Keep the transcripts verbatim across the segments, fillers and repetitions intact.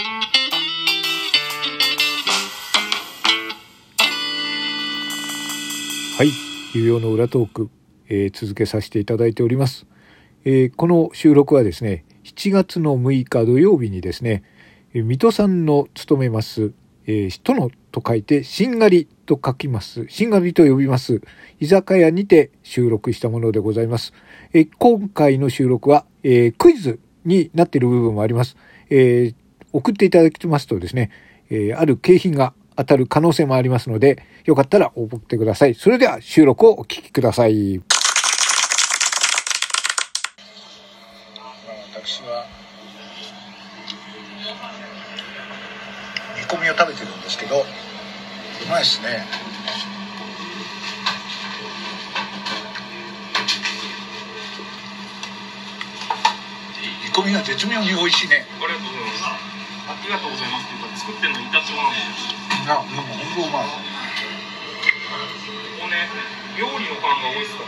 はい、有用の裏トーク、えー、続けさせていただいております。えー、この収録はですね、しちがつのむいか土曜日にですね、水戸さんの勤めます、えー、殿と書いてしんがりと書きます、しんがりと呼びます居酒屋にて収録したものでございます。えー、今回の収録は、えー、クイズになっている部分もあります。えー、送っていただきますとですね、えー、ある景品が当たる可能性もありますので、よかったら送ってください。それでは収録をお聞きください。 私は煮込みを食べてるんですけど、うまいですね。煮込みは絶妙に美味しいね。 ありがとうございます。ありがとうございますっていうか、作ってるの板長なんです。 あ、でも本当うまい。 ここね、料理のパンが多いですから。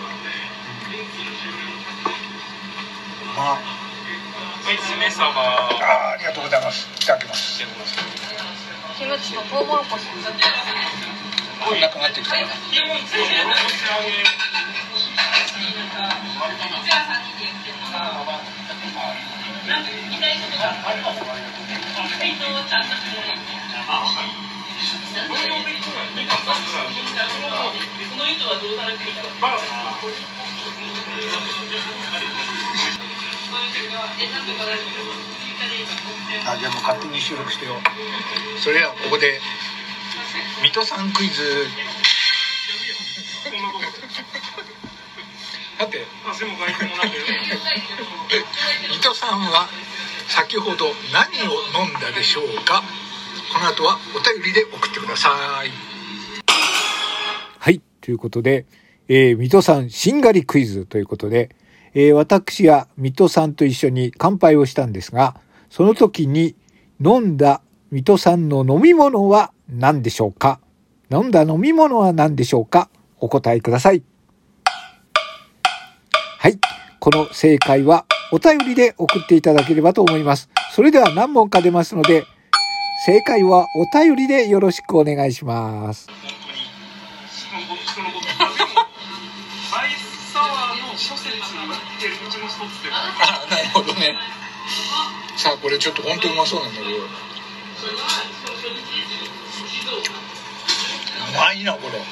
まあ、 はい、しめ鯖。 あ、ありがとうございます。いただきます。 キムチとトウモロコシ。 こんなくなってきたな。 キムチとモロコシ揚げ。 あ、じゃあもう勝手に収録してよ。それではここで水戸さんクイズ。だって水戸さんは先ほど何を飲んだでしょうか。この後はお便りで送ってください。 はい、ということで、えー、水戸さんしんがりクイズということで、えー、私や水戸さんと一緒に乾杯をしたんですが、その時に飲んだ水戸さんの飲み物は何でしょうか。飲んだ飲み物は何でしょうか。お答えください。はい、この正解はお便りで送っていただければと思います。それでは何問か出ますので、正解はお便りでよろしくお願いします。 本当に人のこと人のことアイスサワーの諸説になってるうちの一つでも。 あ、なるほどね。さあこれちょっと本当にうまそうなんだけど、うまいなこれ。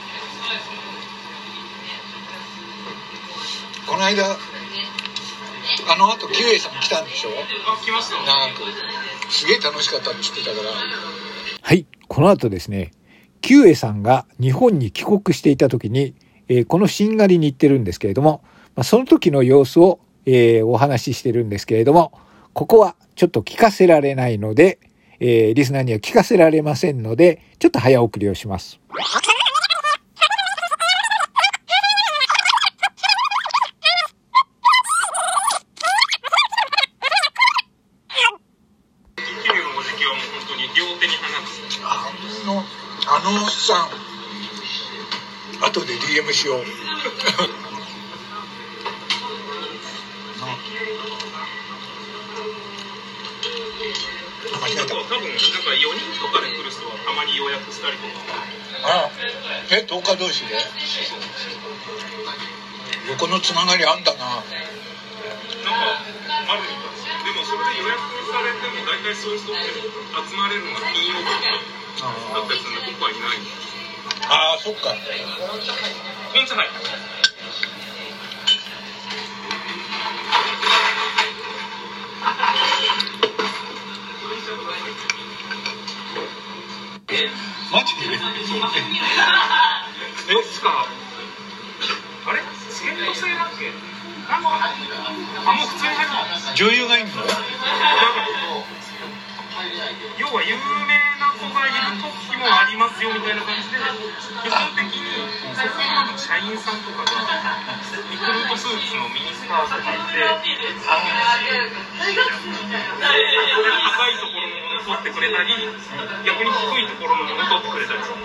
この間あの後キュウエイさん来たんでしょ。 あ、来ました。 なんかすげえ楽しかったって言ってたから。 はい、この後ですね、キュウエイさんが日本に帰国していた時に、えー、このしんがりに行ってるんですけれども、まあ、その時の様子を、えー、お話ししてるんですけれども、ここはちょっと聞かせられないので、えー、リスナーには聞かせられませんので、ちょっと早送りをします。 あのあのおっさん後で ディーエム しよう。間違えた。 多分なんかよにんとかで来る人はたまに予約したりとか。 ああ、え、同化同士で横のつながりあんだな。 なんかあるみたいです。でもそれで予約されても大体そういう人って集まれるのが金曜日だったりするんで、僕はいないんです。 ああ、そっか。 こんちゃない。 マジで？ え、しかあれ？チケット制だっけ？なんかあ、もう普通に入った。 女優がいんの？ 要は有名な子がいる時もありますよみたいな感じで、基本的にそこまで社員さんとかがリクルートスーツのミニスカート履いて、あの高いところのものを取ってくれたり、逆に低いところのものを取ってくれたりする。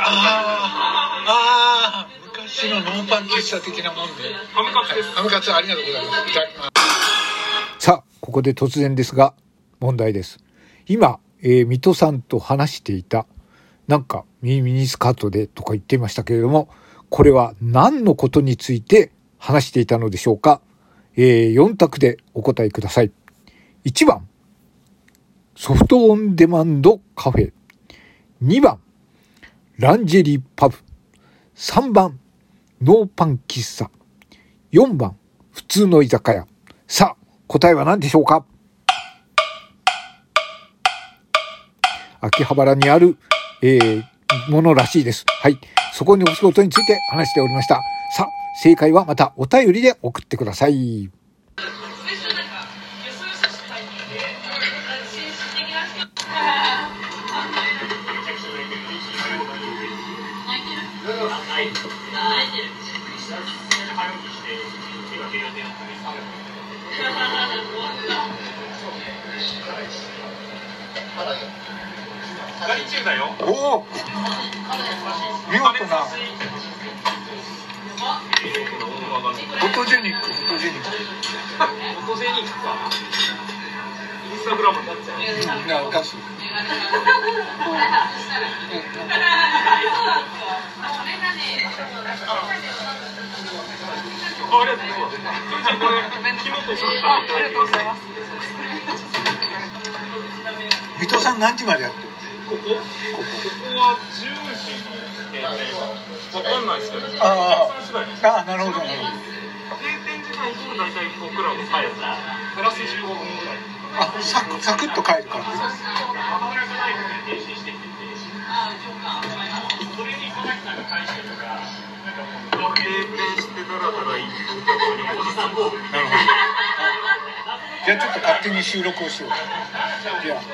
ああ、昔のノーパン喫茶的なもんで。 ハムカツです。 ハムカツありがとうございます。いただきます。 さあ、ここで突然ですが問題です。 今、えー、水戸さんと話していた、なんかミニスカートでとか言っていましたけれども、これは何のことについて話していたのでしょうか。えー、よん択でお答えください。いちばん、ソフトオンデマンドカフェ。にばん、ランジェリーパブ。さんばん、ノーパン喫茶。よんばん、普通の居酒屋。さあ、答えは何でしょうか。秋葉原にある、えー、ものらしいです。はい。そこにお仕事について話しておりました。さあ、正解はまたお便りで送ってください。 おお、見事なフォトジェニック、フォトジェニック。 フォトジェニックか。インスタグラムになっちゃう。 みんな出す。 ありがとうございます。じゃあこれ紐とそうしたらありがとうございます。 水戸さん何時までやってる？ ここ？ここはじゅうじに閉店。わかんないですけど。 ああ、なるほどなるほど。 閉店時間イコール大体僕らも帰る。プラスじゅうごふんぐらい。 あ、サクサクっと帰るから。 母親がないので停止してきてて、それに小崎さんが返してるから、なんか閉店してダラダラ行くとこにおじさんも。 なるほど。じゃあちょっと勝手に収録をしよう。じゃあ。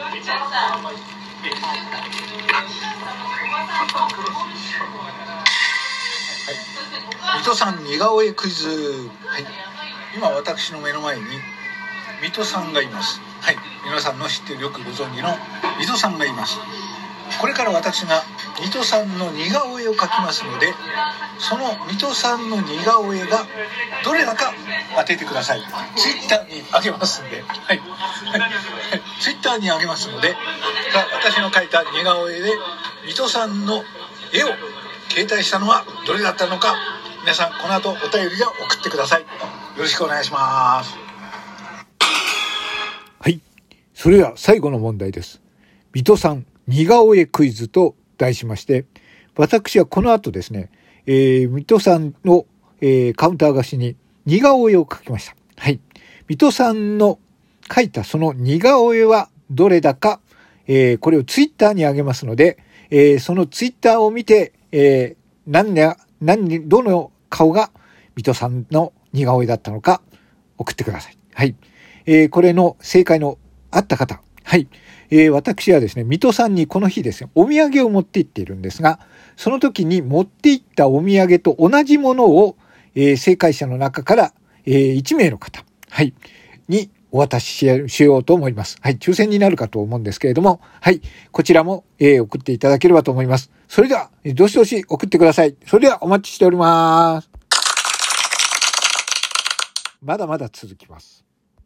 水戸さん似顔絵クイズ。はい。今私の目の前に水戸さんがいます。はい。皆さんの知っているよくご存知の水戸さんがいます。これから私が水戸さんの似顔絵を描きますので、その水戸さんの似顔絵がどれだか当ててください。ツイッターにあげますんで、はい、はい、ツイッターにあげますので、さあ私の描いた似顔絵で水戸さんの絵を携帯したのはどれだったのか、皆さんこの後お便りで送ってください。よろしくお願いします。 はい、それでは最後の問題です。水戸さん似顔絵クイズと題しまして、私はこの後ですね、えー、水戸さんの、えー、カウンター越しに似顔絵を描きました。はい。水戸さんの描いたその似顔絵はどれだか、えー、これをツイッターに上げますので、えー、そのツイッターを見て、えー、何や、何、どの顔が水戸さんの似顔絵だったのか送ってください。はい。えー、これの正解のあった方、はい。えー、私はですね、水戸さんにこの日ですね、お土産を持って行っているんですが、その時に持って行ったお土産と同じものを、えー、正解者の中から、えー、いち名の方、はい、にお渡しし、しようと思います。はい、抽選になるかと思うんですけれども、はい、こちらも、えー、送っていただければと思います。それでは、どしどし送ってください。それではお待ちしております。まだまだ続きます。